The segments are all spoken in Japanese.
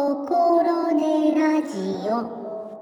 心根ラジオ。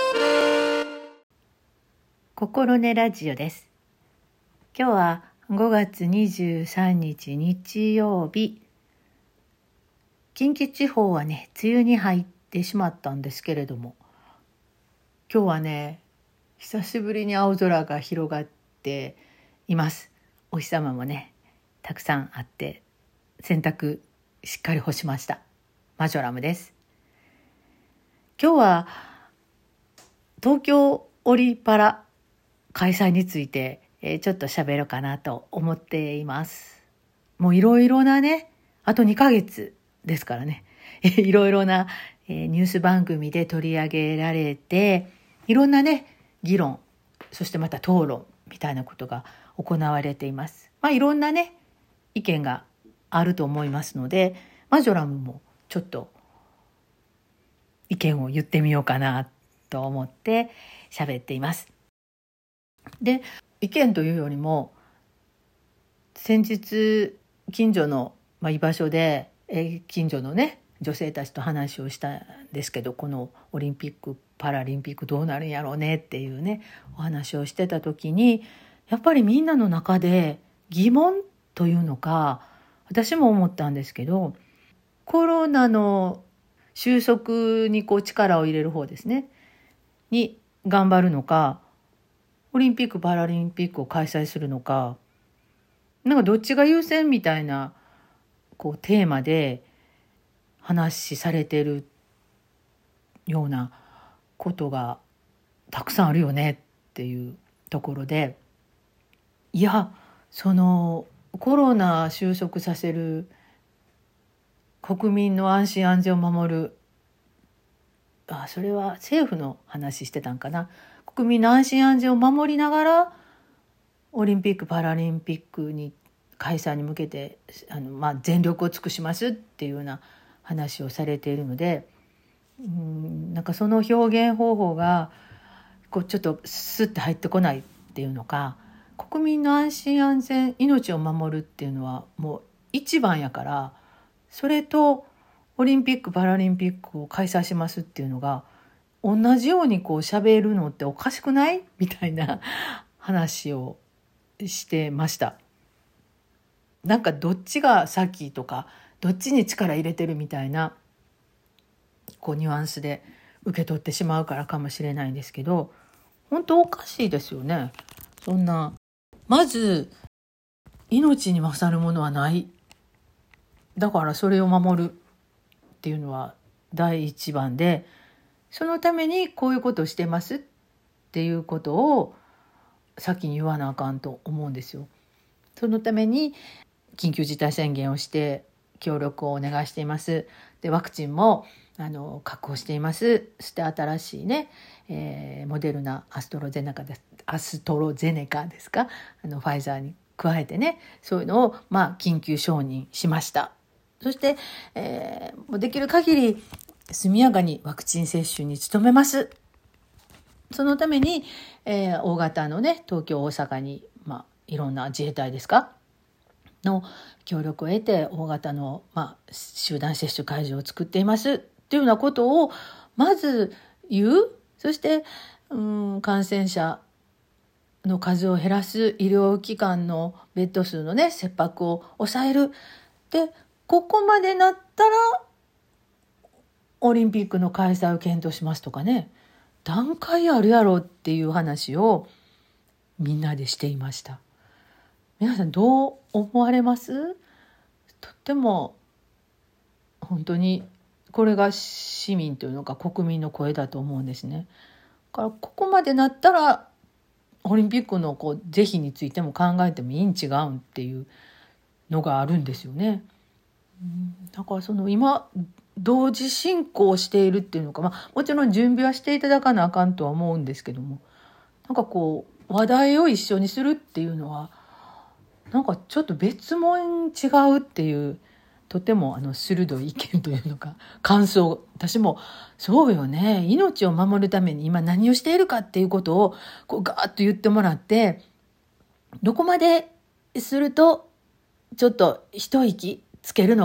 心根ラジオです。今日は5月23日日曜日。近畿地方はね、梅雨に入ってしまったんですけれども、今日はね、久しぶりに青空が広がっています。お日様もね、たくさんあって、洗濯しっかり干しました。マジョラムです。今日は東京オリパラ開催について、ちょっと喋ろうかなと思っています。もういろいろなね、あと2ヶ月ですからね、いろいろな、ニュース番組で取り上げられて、いろんなね、議論、そしてまた討論みたいなことが行われています。いろんなね、意見があると思いますので、マジョラムもちょっと意見を言ってみようかなと思って喋っています。で、意見というよりも、先日近所の、居場所で、近所のね女性たちと話をしたんですけど、このオリンピックパラリンピックどうなるんやろうねっていうねお話をしてた時に、やっぱりみんなの中で疑問というのか、私も思ったんですけど、コロナの収束に力を入れる方ですねに頑張るのか、オリンピックパラリンピックを開催するのか、なんかどっちが優先みたいなテーマで話されてるようなことがたくさんあるよねっていうところで、いや、そのコロナ収束させる、国民の安心安全を守る、それは政府の話してたんかな。国民の安心安全を守りながらオリンピックパラリンピックに開催に向けて全力を尽くしますっていうような話をされているので、なんかその表現方法がちょっとスッて入ってこないっていうのか、国民の安心安全、命を守るっていうのはもう一番やから、それとオリンピックパラリンピックを開催しますっていうのが同じように喋るのっておかしくないみたいな話をしてました。なんかどっちが先とか、どっちに力入れてるみたいなニュアンスで受け取ってしまうからかもしれないんですけど、本当おかしいですよね。そんな、まず命に勝るものはない。だからそれを守るっていうのは第一番で、そのためにこういうことをしてますっていうことを先に言わなあかんと思うんですよ。そのために緊急事態宣言をして協力をお願いしています。で、ワクチンも確保しています。そして新しいね、モデルナ、アストロゼネカですか、ファイザーに加えてね、そういうのを緊急承認しました。そして、できる限り速やかにワクチン接種に努めます。そのために、大型のね、東京大阪に、いろんな自衛隊ですかの協力を得て大型の、集団接種会場を作っていますっていうようなことをまず言う。そして感染者の数を減らす、医療機関のベッド数のね切迫を抑える。で、ここまでなったらオリンピックの開催を検討しますとかね、段階あるやろっていう話をみんなでしていました。皆さんどう思われます？とっても本当にこれが市民というのか国民の声だと思うんですね。だからここまでなったらオリンピックの是非についても考えてもいいん違うんっていうのがあるんですよね。だから今同時進行しているっていうのか、もちろん準備はしていただかなあかんとは思うんですけども、なんか話題を一緒にするっていうのはなんかちょっと別物違うっていう、とても鋭い意見というのか感想、私もそうよね、命を守るために今何をしているかっていうことをガーッと言ってもらって、どこまでするとちょっと一息つけるのかっ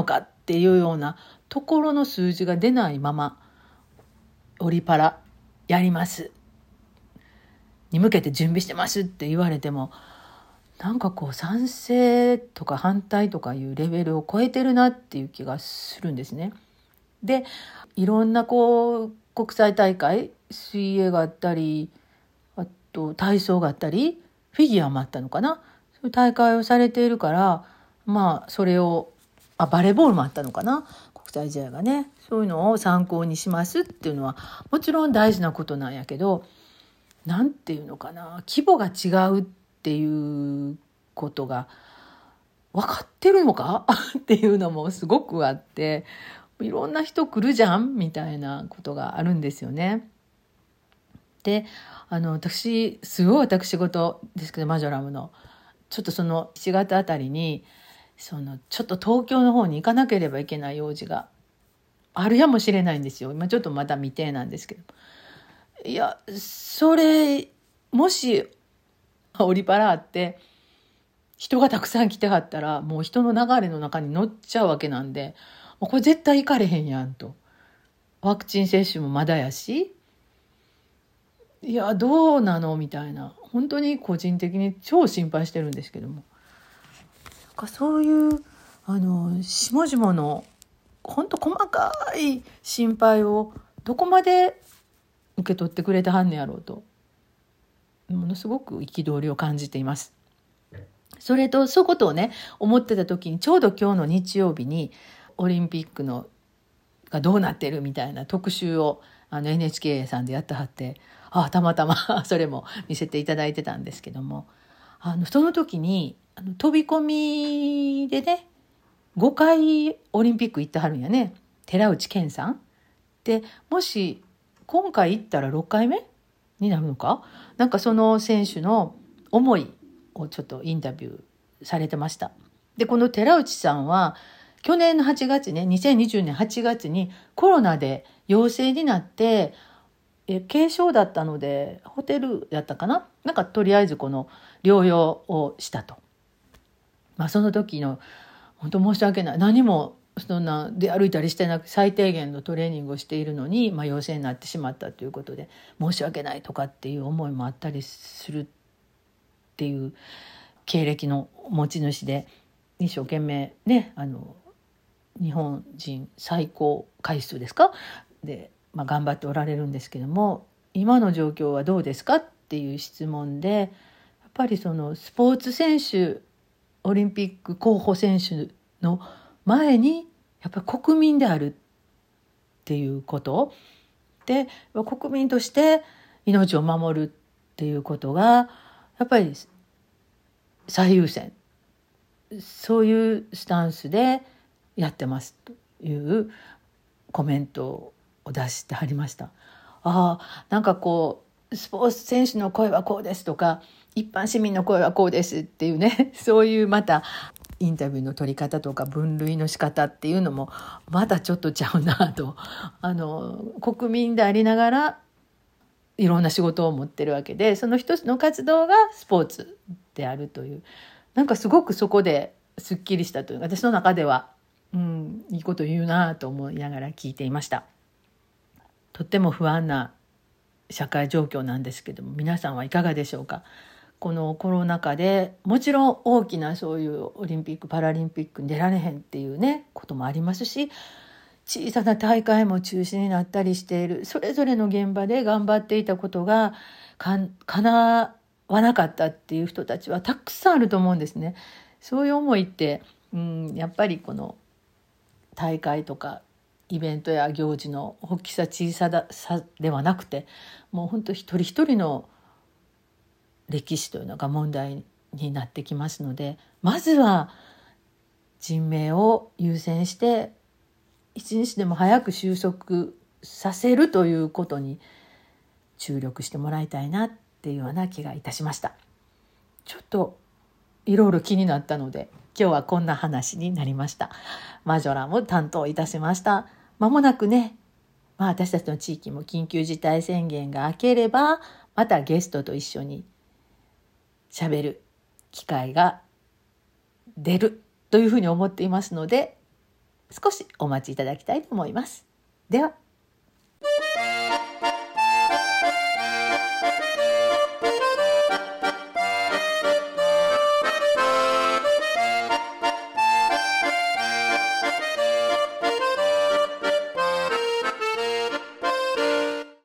っていうようなところの数字が出ないままオリパラやりますに向けて準備してますって言われても、なんかこう賛成とか反対とかいうレベルを超えてるなっていう気がするんですね。で、いろんなこう国際大会、水泳があったり、あと体操があったり、フィギュアもあったのかな、そういう大会をされているから、それをバレーボールもあったのかな、国際試合がね、そういうのを参考にしますっていうのはもちろん大事なことなんやけど、なんていうのかな、規模が違うっていうことが分かってるのかっていうのもすごくあって、いろんな人来るじゃんみたいなことがあるんですよね。で、私事ですけど、マジョラムのちょっとその7月あたりにちょっと東京の方に行かなければいけない用事があるやもしれないんですよ。今ちょっとまだ未定なんですけど、いや、それもしオリパラあって人がたくさん来てはったら、もう人の流れの中に乗っちゃうわけなんで、もうこれ絶対行かれへんやんと。ワクチン接種もまだやし、いやどうなのみたいな、本当に個人的に超心配してるんですけども、そういう下々の本当細かい心配をどこまで受け取ってくれてはんねやろうと、ものすごく憤りを感じています。それとそういうことをね思ってた時に、ちょうど今日の日曜日にオリンピックのがどうなってるみたいな特集をNHK さんでやってはって、たまたまそれも見せていただいてたんですけども、その時に飛び込みでね5回オリンピック行ってはるんやね、寺内健さんで、もし今回行ったら6回目になるのか、なんかその選手の思いをちょっとインタビューされてました。で、この寺内さんは去年の8月ね、2020年8月にコロナで陽性になって軽症だったのでホテルやったかな、なんかとりあえずこの療養をしたと。その時の本当申し訳ない、何もそんな出歩いたりしてなく、最低限のトレーニングをしているのに、陽性になってしまったということで申し訳ないとかっていう思いもあったりするっていう経歴の持ち主で、一生懸命ね日本人最高回数ですかで、頑張っておられるんですけども、今の状況はどうですかっていう質問で、やっぱりそのスポーツ選手、オリンピック候補選手の前にやっぱり国民であるっていうことで、国民として命を守るっていうことがやっぱり最優先、そういうスタンスでやってますというコメントを出してはりました。なんかこうスポーツ選手の声はこうですとか、一般市民の声はこうですっていうね、そういうまたインタビューの取り方とか分類の仕方っていうのもまたちょっとちゃうなと、国民でありながらいろんな仕事を持ってるわけで、その一つの活動がスポーツであるという、なんかすごくそこですっきりしたという、私の中ではいいこと言うなと思いながら聞いていました。とっても不安な社会状況なんですけども、皆さんはいかがでしょうか。このコロナ禍でもちろん大きなそういうオリンピックパラリンピックに出られへんっていうねこともありますし、小さな大会も中止になったりしている、それぞれの現場で頑張っていたことが叶わなかったっていう人たちはたくさんあると思うんですね。そういう思いってやっぱりこの大会とかイベントや行事の大きさ小ささではなくて、もう本当一人一人の歴史というのが問題になってきますので、まずは人命を優先して一日でも早く収束させるということに注力してもらいたいなっていうような気がいたしました。ちょっといろいろ気になったので今日はこんな話になりました。マジョラム担当いたしました。間もなくね、私たちの地域も緊急事態宣言が明ければまたゲストと一緒に喋る機会が出るというふうに思っていますので、 少しお待ちいただきたいと思います。では。